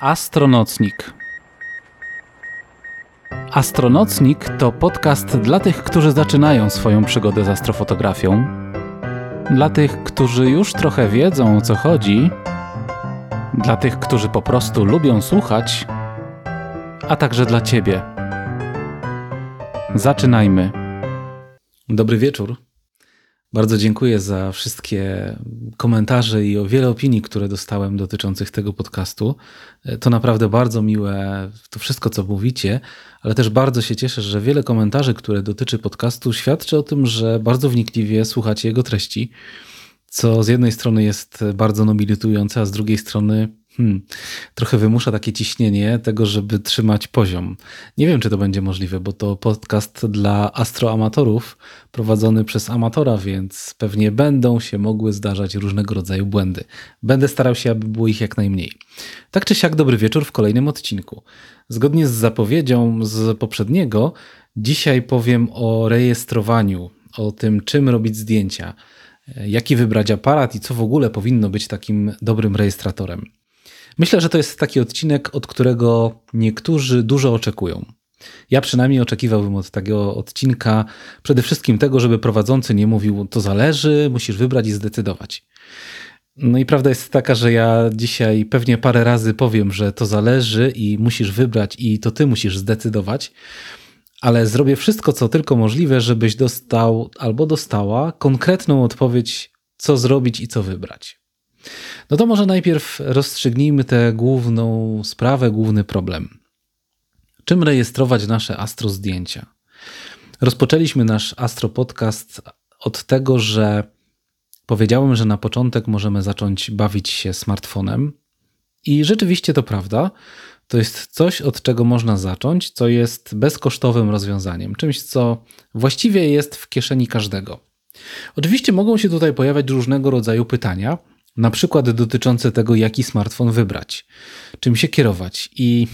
Astronocnik. Astronocnik to podcast dla tych, którzy zaczynają swoją przygodę z astrofotografią, dla tych, którzy już trochę wiedzą, o co chodzi, dla tych, którzy po prostu lubią słuchać, a także dla Ciebie. Zaczynajmy. Dobry wieczór. Bardzo dziękuję za wszystkie komentarze i o wiele opinii, które dostałem dotyczących tego podcastu. To naprawdę bardzo miłe, to wszystko, co mówicie, ale też bardzo się cieszę, że wiele komentarzy, które dotyczy podcastu, świadczy o tym, że bardzo wnikliwie słuchacie jego treści, co z jednej strony jest bardzo nobilitujące, a z drugiej strony trochę wymusza takie ciśnienie tego, żeby trzymać poziom. Nie wiem, czy to będzie możliwe, bo to podcast dla astroamatorów prowadzony przez amatora, więc pewnie będą się mogły zdarzać różnego rodzaju błędy. Będę starał się, aby było ich jak najmniej. Tak czy siak, dobry wieczór w kolejnym odcinku. Zgodnie z zapowiedzią z poprzedniego, dzisiaj powiem o rejestrowaniu, o tym, czym robić zdjęcia, jaki wybrać aparat i co w ogóle powinno być takim dobrym rejestratorem. Myślę, że to jest taki odcinek, od którego niektórzy dużo oczekują. Ja przynajmniej oczekiwałbym od tego odcinka przede wszystkim tego, żeby prowadzący nie mówił, to zależy, musisz wybrać i zdecydować. No i prawda jest taka, że ja dzisiaj pewnie parę razy powiem, że to zależy i musisz wybrać i to ty musisz zdecydować, ale zrobię wszystko, co tylko możliwe, żebyś dostał albo dostała konkretną odpowiedź, co zrobić i co wybrać. No to może najpierw rozstrzygnijmy tę główną sprawę, główny problem. Czym rejestrować nasze astrozdjęcia? Rozpoczęliśmy nasz astropodcast od tego, że powiedziałem, że na początek możemy zacząć bawić się smartfonem i rzeczywiście to prawda. To jest coś, od czego można zacząć, co jest bezkosztowym rozwiązaniem, czymś, co właściwie jest w kieszeni każdego. Oczywiście mogą się tutaj pojawiać różnego rodzaju pytania, na przykład dotyczące tego, jaki smartfon wybrać, czym się kierować. I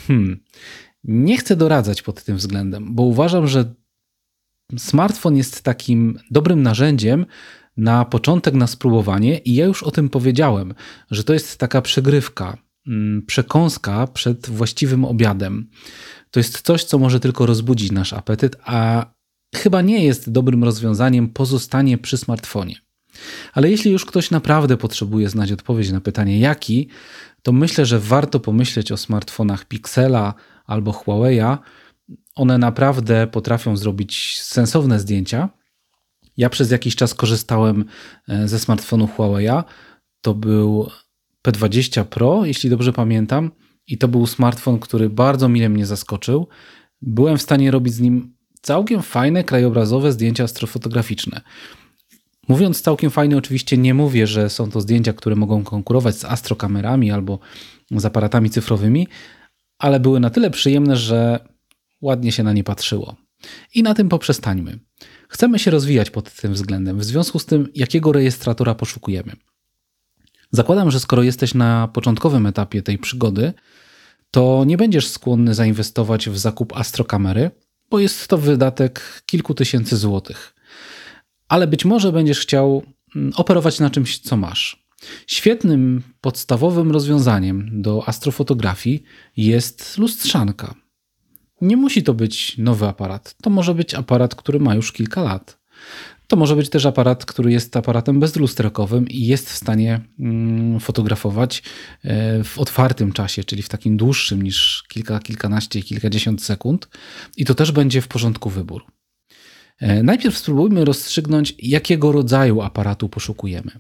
nie chcę doradzać pod tym względem, bo uważam, że smartfon jest takim dobrym narzędziem na początek, na spróbowanie i ja już o tym powiedziałem, że to jest taka przegrywka, przekąska przed właściwym obiadem. To jest coś, co może tylko rozbudzić nasz apetyt, a chyba nie jest dobrym rozwiązaniem pozostanie przy smartfonie. Ale jeśli już ktoś naprawdę potrzebuje znać odpowiedź na pytanie jaki, to myślę, że warto pomyśleć o smartfonach Pixela albo Huawei'a. One naprawdę potrafią zrobić sensowne zdjęcia. Ja przez jakiś czas korzystałem ze smartfonu Huawei'a. To był P20 Pro, jeśli dobrze pamiętam. I to był smartfon, który bardzo mile mnie zaskoczył. Byłem w stanie robić z nim całkiem fajne, krajobrazowe zdjęcia astrofotograficzne. Mówiąc całkiem fajne, oczywiście nie mówię, że są to zdjęcia, które mogą konkurować z astrokamerami albo z aparatami cyfrowymi, ale były na tyle przyjemne, że ładnie się na nie patrzyło. I na tym poprzestańmy. Chcemy się rozwijać pod tym względem, w związku z tym, jakiego rejestratora poszukujemy. Zakładam, że skoro jesteś na początkowym etapie tej przygody, to nie będziesz skłonny zainwestować w zakup astrokamery, bo jest to wydatek kilku tysięcy złotych. Ale być może będziesz chciał operować na czymś, co masz. Świetnym, podstawowym rozwiązaniem do astrofotografii jest lustrzanka. Nie musi to być nowy aparat. To może być aparat, który ma już kilka lat. To może być też aparat, który jest aparatem bezlusterkowym i jest w stanie fotografować w otwartym czasie, czyli w takim dłuższym niż kilkanaście, kilkadziesiąt sekund. I to też będzie w porządku wybór. Najpierw spróbujmy rozstrzygnąć, jakiego rodzaju aparatu poszukujemy.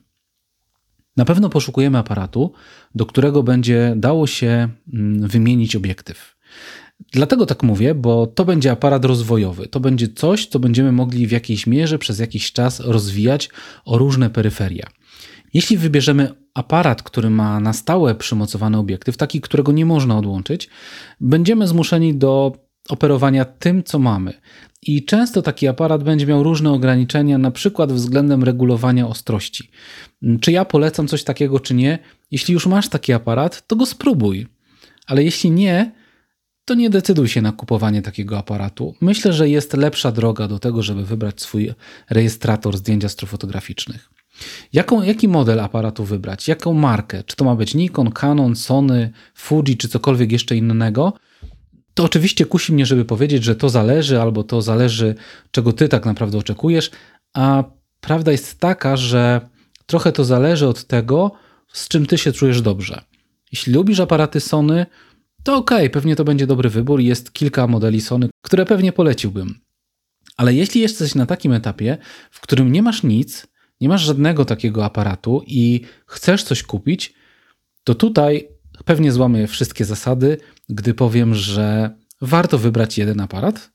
Na pewno poszukujemy aparatu, do którego będzie dało się wymienić obiektyw. Dlatego tak mówię, bo to będzie aparat rozwojowy. To będzie coś, co będziemy mogli w jakiejś mierze przez jakiś czas rozwijać o różne peryferia. Jeśli wybierzemy aparat, który ma na stałe przymocowany obiektyw, taki, którego nie można odłączyć, będziemy zmuszeni do operowania tym, co mamy. I często taki aparat będzie miał różne ograniczenia, na przykład względem regulowania ostrości. Czy ja polecam coś takiego, czy nie? Jeśli już masz taki aparat, to go spróbuj. Ale jeśli nie, to nie decyduj się na kupowanie takiego aparatu. Myślę, że jest lepsza droga do tego, żeby wybrać swój rejestrator zdjęć astrofotograficznych. Jaki model aparatu wybrać? Jaką markę? Czy to ma być Nikon, Canon, Sony, Fuji, czy cokolwiek jeszcze innego? To oczywiście kusi mnie, żeby powiedzieć, że to zależy, albo to zależy, czego ty tak naprawdę oczekujesz, a prawda jest taka, że trochę to zależy od tego, z czym ty się czujesz dobrze. Jeśli lubisz aparaty Sony, to okej, pewnie to będzie dobry wybór. Jest kilka modeli Sony, które pewnie poleciłbym. Ale jeśli jesteś na takim etapie, w którym nie masz nic, nie masz żadnego takiego aparatu i chcesz coś kupić, to tutaj pewnie złamię wszystkie zasady, gdy powiem, że warto wybrać jeden aparat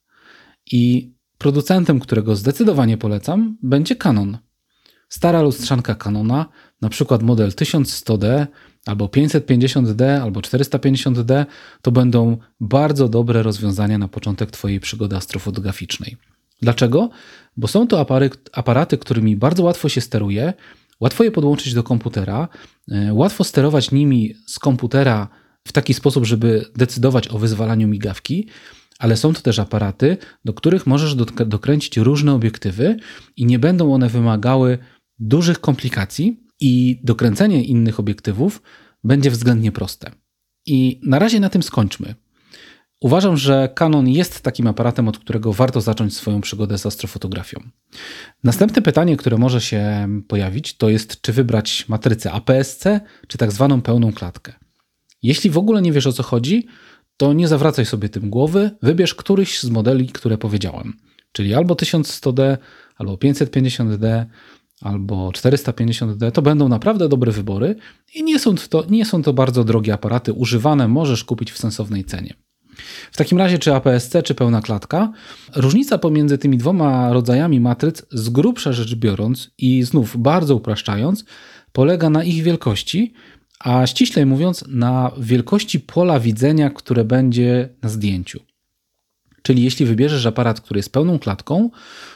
i producentem, którego zdecydowanie polecam, będzie Canon. Stara lustrzanka Canona, na przykład model 1100D, albo 550D, albo 450D, to będą bardzo dobre rozwiązania na początek twojej przygody astrofotograficznej. Dlaczego? Bo są to aparaty, którymi bardzo łatwo się steruje, łatwo je podłączyć do komputera, łatwo sterować nimi z komputera w taki sposób, żeby decydować o wyzwalaniu migawki, ale są to też aparaty, do których możesz dokręcić różne obiektywy i nie będą one wymagały dużych komplikacji i dokręcenie innych obiektywów będzie względnie proste. I na razie na tym skończmy. Uważam, że Canon jest takim aparatem, od którego warto zacząć swoją przygodę z astrofotografią. Następne pytanie, które może się pojawić, to jest, czy wybrać matrycę APS-C, czy tak zwaną pełną klatkę. Jeśli w ogóle nie wiesz, o co chodzi, to nie zawracaj sobie tym głowy, wybierz któryś z modeli, które powiedziałem. Czyli albo 1100D, albo 550D, albo 450D. To będą naprawdę dobre wybory i nie są to bardzo drogie aparaty. Używane możesz kupić w sensownej cenie. W takim razie czy APS-C, czy pełna klatka? Różnica pomiędzy tymi dwoma rodzajami matryc, z grubsza rzecz biorąc i znów bardzo upraszczając, polega na ich wielkości, a ściślej mówiąc na wielkości pola widzenia, które będzie na zdjęciu. Czyli jeśli wybierzesz aparat, który jest pełną klatką,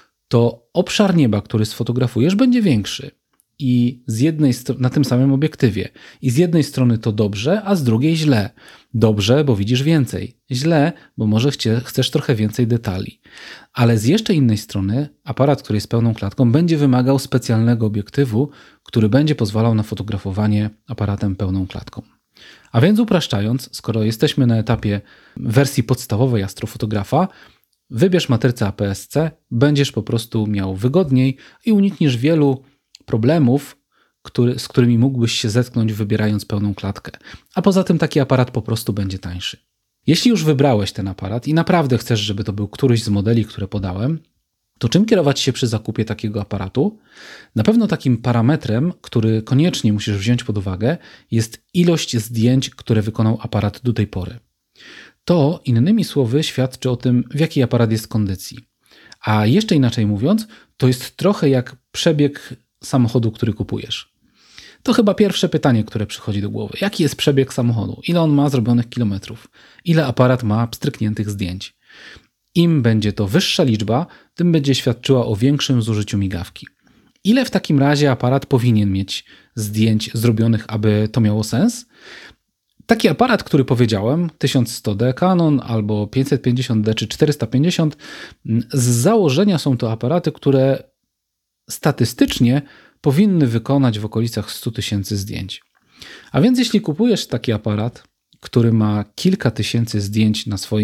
to obszar nieba, który sfotografujesz, będzie większy. I na tym samym obiektywie. I z jednej strony to dobrze, a z drugiej źle. Dobrze, bo widzisz więcej. Źle, bo może chcesz trochę więcej detali. Ale z jeszcze innej strony aparat, który jest pełną klatką, będzie wymagał specjalnego obiektywu, który będzie pozwalał na fotografowanie aparatem pełną klatką. A więc upraszczając, skoro jesteśmy na etapie wersji podstawowej astrofotografa, wybierz matrycę APS-C, będziesz po prostu miał wygodniej i unikniesz wielu problemów, z którymi mógłbyś się zetknąć, wybierając pełną klatkę. A poza tym taki aparat po prostu będzie tańszy. Jeśli już wybrałeś ten aparat i naprawdę chcesz, żeby to był któryś z modeli, które podałem, to czym kierować się przy zakupie takiego aparatu? Na pewno takim parametrem, który koniecznie musisz wziąć pod uwagę, jest ilość zdjęć, które wykonał aparat do tej pory. To, innymi słowy, świadczy o tym, w jakiej aparat jest kondycji. A jeszcze inaczej mówiąc, to jest trochę jak przebieg samochodu, który kupujesz. To chyba pierwsze pytanie, które przychodzi do głowy. Jaki jest przebieg samochodu? Ile on ma zrobionych kilometrów? Ile aparat ma pstrykniętych zdjęć? Im będzie to wyższa liczba, tym będzie świadczyła o większym zużyciu migawki. Ile w takim razie aparat powinien mieć zdjęć zrobionych, aby to miało sens? Taki aparat, który powiedziałem, 1100D Canon albo 550D czy 450, z założenia są to aparaty, które statystycznie powinny wykonać w okolicach 100 000 zdjęć. A więc jeśli kupujesz taki aparat, który ma kilka tysięcy zdjęć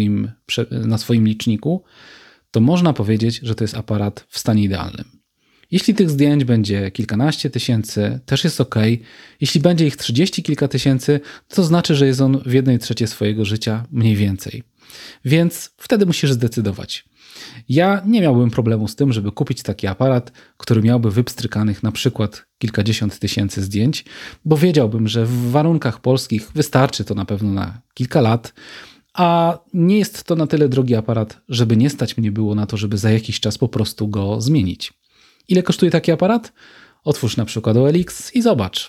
na swoim liczniku, to można powiedzieć, że to jest aparat w stanie idealnym. Jeśli tych zdjęć będzie kilkanaście tysięcy, też jest ok. Jeśli będzie ich 30 kilka tysięcy, to znaczy, że jest on w 1/3 swojego życia mniej więcej. Więc wtedy musisz zdecydować. Ja nie miałbym problemu z tym, żeby kupić taki aparat, który miałby wypstrykanych na przykład kilkadziesiąt tysięcy zdjęć, bo wiedziałbym, że w warunkach polskich wystarczy to na pewno na kilka lat, a nie jest to na tyle drogi aparat, żeby nie stać mnie było na to, żeby za jakiś czas po prostu go zmienić. Ile kosztuje taki aparat? Otwórz na przykład OLX i zobacz.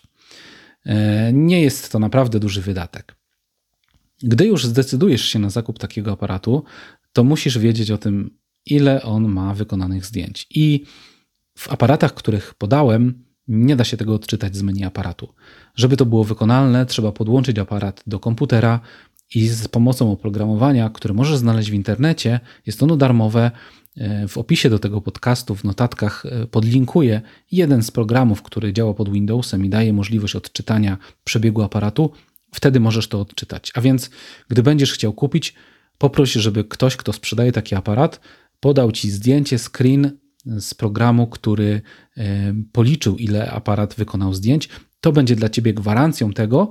Nie jest to naprawdę duży wydatek. Gdy już zdecydujesz się na zakup takiego aparatu, to musisz wiedzieć o tym, ile on ma wykonanych zdjęć. I w aparatach, których podałem, nie da się tego odczytać z menu aparatu. Żeby to było wykonalne, trzeba podłączyć aparat do komputera i z pomocą oprogramowania, które możesz znaleźć w internecie, jest ono darmowe. W opisie do tego podcastu, w notatkach podlinkuję jeden z programów, który działa pod Windowsem i daje możliwość odczytania przebiegu aparatu. Wtedy możesz to odczytać. A więc, gdy będziesz chciał kupić, poproś, żeby ktoś, kto sprzedaje taki aparat, podał ci zdjęcie, screen z programu, który policzył, ile aparat wykonał zdjęć. To będzie dla ciebie gwarancją tego,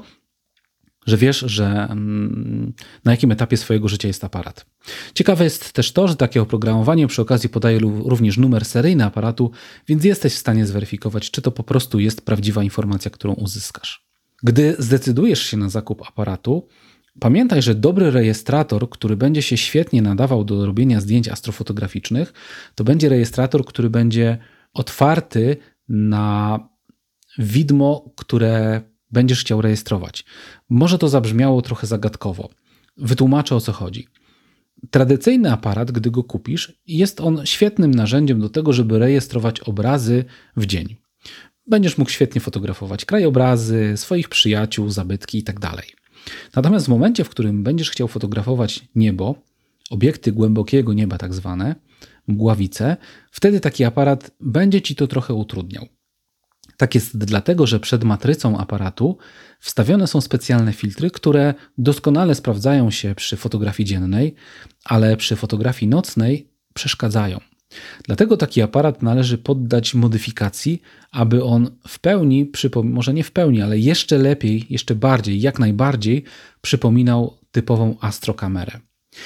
że wiesz, że na jakim etapie swojego życia jest aparat. Ciekawe jest też to, że takie oprogramowanie przy okazji podaje również numer seryjny aparatu, więc jesteś w stanie zweryfikować, czy to po prostu jest prawdziwa informacja, którą uzyskasz. Gdy zdecydujesz się na zakup aparatu, pamiętaj, że dobry rejestrator, który będzie się świetnie nadawał do robienia zdjęć astrofotograficznych, to będzie rejestrator, który będzie otwarty na widmo, które będziesz chciał rejestrować. Może to zabrzmiało trochę zagadkowo. Wytłumaczę, o co chodzi. Tradycyjny aparat, gdy go kupisz, jest on świetnym narzędziem do tego, żeby rejestrować obrazy w dzień. Będziesz mógł świetnie fotografować krajobrazy, swoich przyjaciół, zabytki itd. Natomiast w momencie, w którym będziesz chciał fotografować niebo, obiekty głębokiego nieba tak zwane, mgławice, wtedy taki aparat będzie ci to trochę utrudniał. Tak jest dlatego, że przed matrycą aparatu wstawione są specjalne filtry, które doskonale sprawdzają się przy fotografii dziennej, ale przy fotografii nocnej przeszkadzają. Dlatego taki aparat należy poddać modyfikacji, aby on w pełni, może nie w pełni, ale jeszcze lepiej, jeszcze bardziej, jak najbardziej przypominał typową astrokamerę.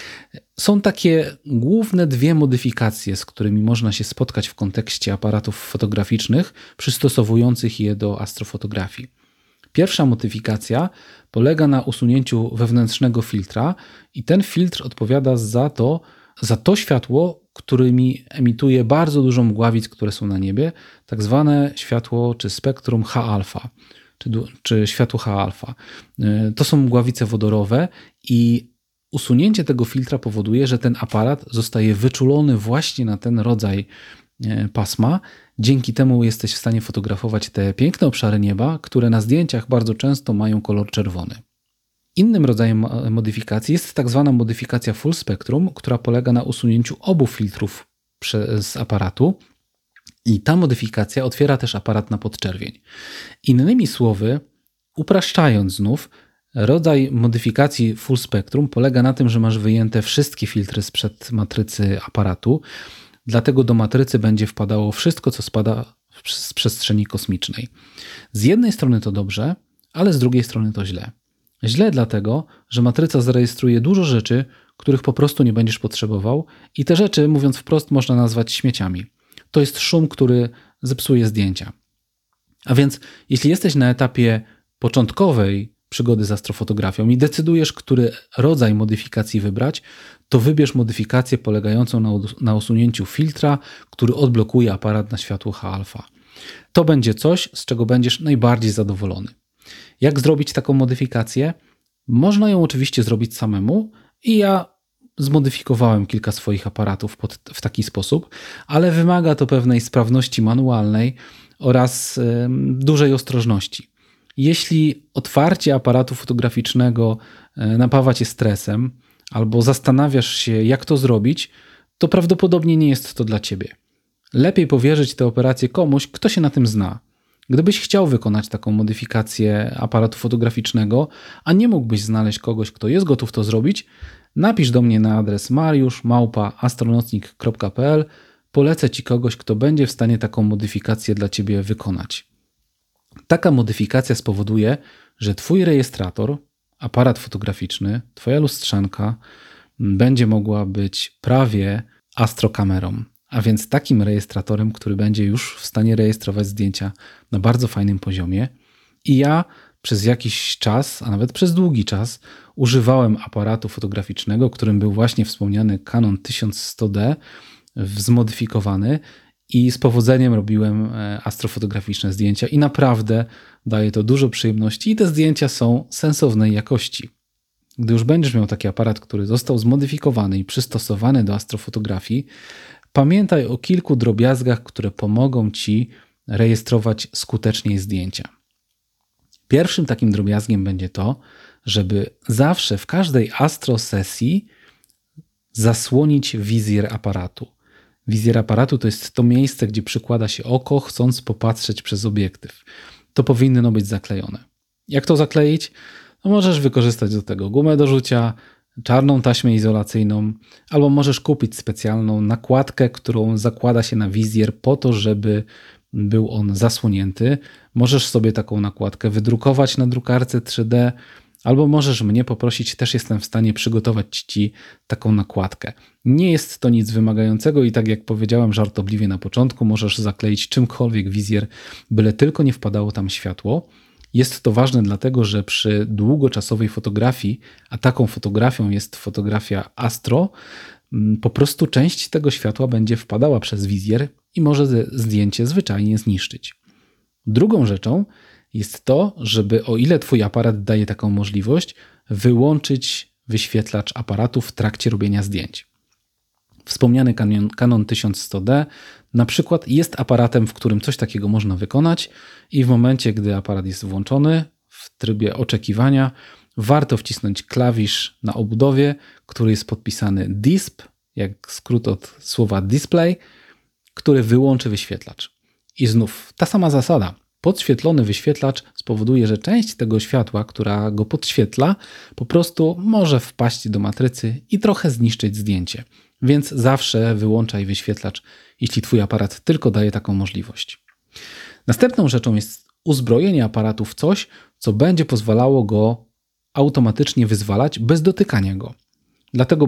Są takie główne dwie modyfikacje, z którymi można się spotkać w kontekście aparatów fotograficznych, przystosowujących je do astrofotografii. Pierwsza modyfikacja polega na usunięciu wewnętrznego filtra i ten filtr odpowiada za to światło, którymi emituje bardzo dużo mgławic, które są na niebie, tak zwane światło czy spektrum H-alfa, czy światło H-alfa. To są mgławice wodorowe i usunięcie tego filtra powoduje, że ten aparat zostaje wyczulony właśnie na ten rodzaj pasma. Dzięki temu jesteś w stanie fotografować te piękne obszary nieba, które na zdjęciach bardzo często mają kolor czerwony. Innym rodzajem modyfikacji jest tak zwana modyfikacja full spectrum, która polega na usunięciu obu filtrów z aparatu i ta modyfikacja otwiera też aparat na podczerwień. Innymi słowy, upraszczając znów, rodzaj modyfikacji full spectrum polega na tym, że masz wyjęte wszystkie filtry sprzed matrycy aparatu, dlatego do matrycy będzie wpadało wszystko, co spada z przestrzeni kosmicznej. Z jednej strony to dobrze, ale z drugiej strony to źle. Źle dlatego, że matryca zarejestruje dużo rzeczy, których po prostu nie będziesz potrzebował i te rzeczy, mówiąc wprost, można nazwać śmieciami. To jest szum, który zepsuje zdjęcia. A więc jeśli jesteś na etapie początkowej przygody z astrofotografią i decydujesz, który rodzaj modyfikacji wybrać, to wybierz modyfikację polegającą na usunięciu filtra, który odblokuje aparat na światło H-alfa. To będzie coś, z czego będziesz najbardziej zadowolony. Jak zrobić taką modyfikację? Można ją oczywiście zrobić samemu i ja zmodyfikowałem kilka swoich aparatów w taki sposób, ale wymaga to pewnej sprawności manualnej oraz dużej ostrożności. Jeśli otwarcie aparatu fotograficznego napawa cię stresem albo zastanawiasz się, jak to zrobić, to prawdopodobnie nie jest to dla ciebie. Lepiej powierzyć tę operację komuś, kto się na tym zna. Gdybyś chciał wykonać taką modyfikację aparatu fotograficznego, a nie mógłbyś znaleźć kogoś, kto jest gotów to zrobić, napisz do mnie na adres mariusz@astronocnik.pl. Polecę ci kogoś, kto będzie w stanie taką modyfikację dla ciebie wykonać. Taka modyfikacja spowoduje, że twój rejestrator, aparat fotograficzny, twoja lustrzanka będzie mogła być prawie astrokamerą, a więc takim rejestratorem, który będzie już w stanie rejestrować zdjęcia na bardzo fajnym poziomie. I ja przez jakiś czas, a nawet przez długi czas używałem aparatu fotograficznego, którym był właśnie wspomniany Canon 1100D zmodyfikowany i z powodzeniem robiłem astrofotograficzne zdjęcia i naprawdę daje to dużo przyjemności i te zdjęcia są sensownej jakości. Gdy już będziesz miał taki aparat, który został zmodyfikowany i przystosowany do astrofotografii, pamiętaj o kilku drobiazgach, które pomogą ci rejestrować skuteczniej zdjęcia. Pierwszym takim drobiazgiem będzie to, żeby zawsze w każdej astro sesji zasłonić wizjer aparatu. Wizjer aparatu to jest to miejsce, gdzie przykłada się oko, chcąc popatrzeć przez obiektyw. To powinno być zaklejone. Jak to zakleić? No możesz wykorzystać do tego gumę do rzucia, czarną taśmę izolacyjną, albo możesz kupić specjalną nakładkę, którą zakłada się na wizjer po to, żeby był on zasłonięty. Możesz sobie taką nakładkę wydrukować na drukarce 3D, albo możesz mnie poprosić, też jestem w stanie przygotować Ci taką nakładkę. Nie jest to nic wymagającego i tak jak powiedziałem żartobliwie na początku, możesz zakleić czymkolwiek wizjer, byle tylko nie wpadało tam światło. Jest to ważne dlatego, że przy długoczasowej fotografii, a taką fotografią jest fotografia astro, po prostu część tego światła będzie wpadała przez wizjer i może zdjęcie zwyczajnie zniszczyć. Drugą rzeczą jest to, żeby o ile Twój aparat daje taką możliwość, wyłączyć wyświetlacz aparatu w trakcie robienia zdjęć. Wspomniany Canon 1100D na przykład jest aparatem, w którym coś takiego można wykonać i w momencie, gdy aparat jest włączony w trybie oczekiwania, warto wcisnąć klawisz na obudowie, który jest podpisany DISP, jak skrót od słowa display, który wyłączy wyświetlacz. I znów ta sama zasada. Podświetlony wyświetlacz spowoduje, że część tego światła, która go podświetla, po prostu może wpaść do matrycy i trochę zniszczyć zdjęcie. Więc zawsze wyłączaj wyświetlacz, jeśli Twój aparat tylko daje taką możliwość. Następną rzeczą jest uzbrojenie aparatu w coś, co będzie pozwalało go automatycznie wyzwalać bez dotykania go. Dlaczego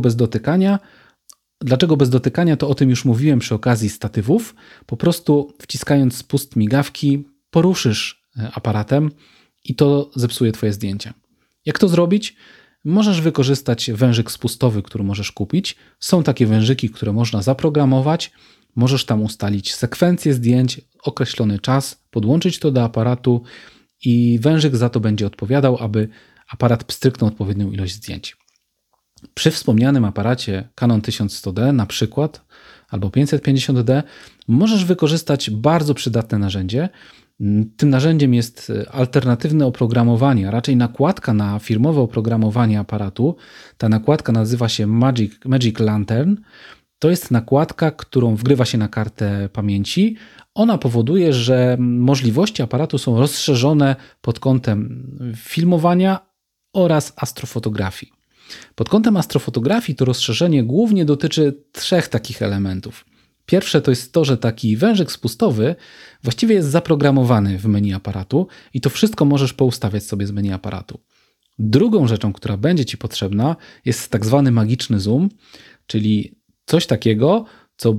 bez dotykania, to o tym już mówiłem przy okazji statywów. Po prostu wciskając spust migawki, poruszysz aparatem i to zepsuje Twoje zdjęcie. Jak to zrobić? Możesz wykorzystać wężyk spustowy, który możesz kupić. Są takie wężyki, które można zaprogramować. Możesz tam ustalić sekwencję zdjęć, określony czas, podłączyć to do aparatu i wężyk za to będzie odpowiadał, aby aparat pstryknął odpowiednią ilość zdjęć. Przy wspomnianym aparacie Canon 1100D na przykład, albo 550D, możesz wykorzystać bardzo przydatne narzędzie. Tym narzędziem jest alternatywne oprogramowanie, a raczej nakładka na firmowe oprogramowanie aparatu. Ta nakładka nazywa się Magic Lantern. To jest nakładka, którą wgrywa się na kartę pamięci. Ona powoduje, że możliwości aparatu są rozszerzone pod kątem filmowania oraz astrofotografii. Pod kątem astrofotografii to rozszerzenie głównie dotyczy 3 takich elementów. Pierwsze to jest to, że taki wężyk spustowy właściwie jest zaprogramowany w menu aparatu i to wszystko możesz poustawiać sobie z menu aparatu. Drugą rzeczą, która będzie Ci potrzebna, jest tak zwany magiczny zoom, czyli coś takiego, co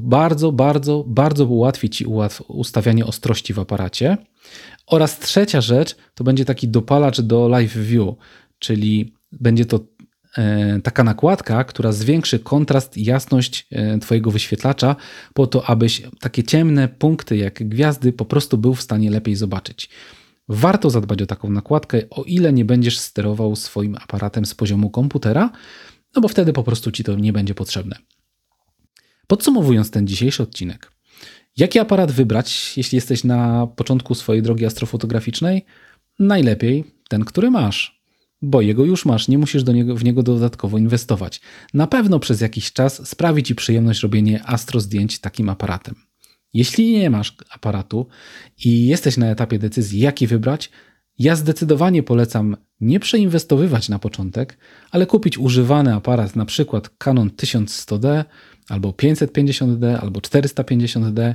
bardzo ułatwi Ci ustawianie ostrości w aparacie. Oraz trzecia rzecz to będzie taki dopalacz do live view, czyli będzie to taka nakładka, która zwiększy kontrast i jasność Twojego wyświetlacza po to, abyś takie ciemne punkty jak gwiazdy po prostu był w stanie lepiej zobaczyć. Warto zadbać o taką nakładkę, o ile nie będziesz sterował swoim aparatem z poziomu komputera, no bo wtedy po prostu Ci to nie będzie potrzebne. Podsumowując ten dzisiejszy odcinek, jaki aparat wybrać, jeśli jesteś na początku swojej drogi astrofotograficznej? Najlepiej ten, który masz. Bo jego już masz, nie musisz w niego dodatkowo inwestować. Na pewno przez jakiś czas sprawi Ci przyjemność robienie astrozdjęć takim aparatem. Jeśli nie masz aparatu i jesteś na etapie decyzji, jaki wybrać, ja zdecydowanie polecam nie przeinwestowywać na początek, ale kupić używany aparat, na przykład Canon 1100D, albo 550D, albo 450D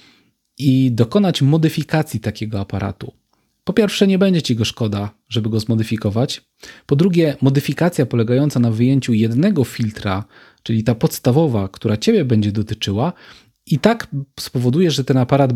i dokonać modyfikacji takiego aparatu. Po pierwsze, nie będzie Ci go szkoda, żeby go zmodyfikować. Po drugie, modyfikacja polegająca na wyjęciu jednego filtra, czyli ta podstawowa, która Ciebie będzie dotyczyła, i tak spowoduje, że ten aparat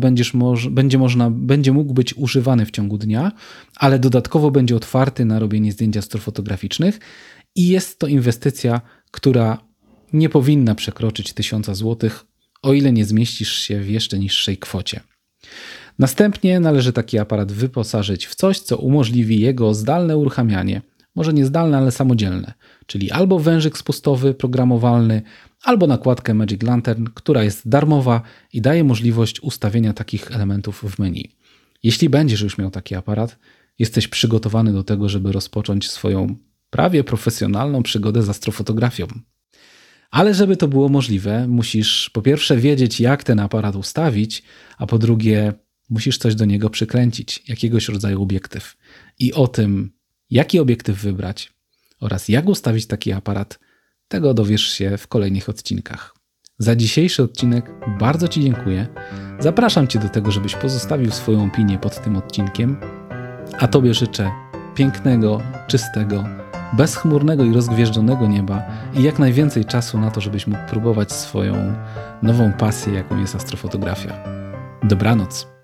będzie mógł być używany w ciągu dnia, ale dodatkowo będzie otwarty na robienie zdjęć astrofotograficznych i jest to inwestycja, która nie powinna przekroczyć 1000 zł, o ile nie zmieścisz się w jeszcze niższej kwocie. Następnie należy taki aparat wyposażyć w coś, co umożliwi jego zdalne uruchamianie. Może nie zdalne, ale samodzielne. Czyli albo wężyk spustowy programowalny, albo nakładkę Magic Lantern, która jest darmowa i daje możliwość ustawienia takich elementów w menu. Jeśli będziesz już miał taki aparat, jesteś przygotowany do tego, żeby rozpocząć swoją prawie profesjonalną przygodę z astrofotografią. Ale żeby to było możliwe, musisz po pierwsze wiedzieć, jak ten aparat ustawić, a po drugie musisz coś do niego przykręcić, jakiegoś rodzaju obiektyw. I o tym, jaki obiektyw wybrać oraz jak ustawić taki aparat, tego dowiesz się w kolejnych odcinkach. Za dzisiejszy odcinek bardzo Ci dziękuję. Zapraszam Cię do tego, żebyś pozostawił swoją opinię pod tym odcinkiem, a Tobie życzę pięknego, czystego, bezchmurnego i rozgwieżdżonego nieba i jak najwięcej czasu na to, żebyś mógł próbować swoją nową pasję, jaką jest astrofotografia. Dobranoc.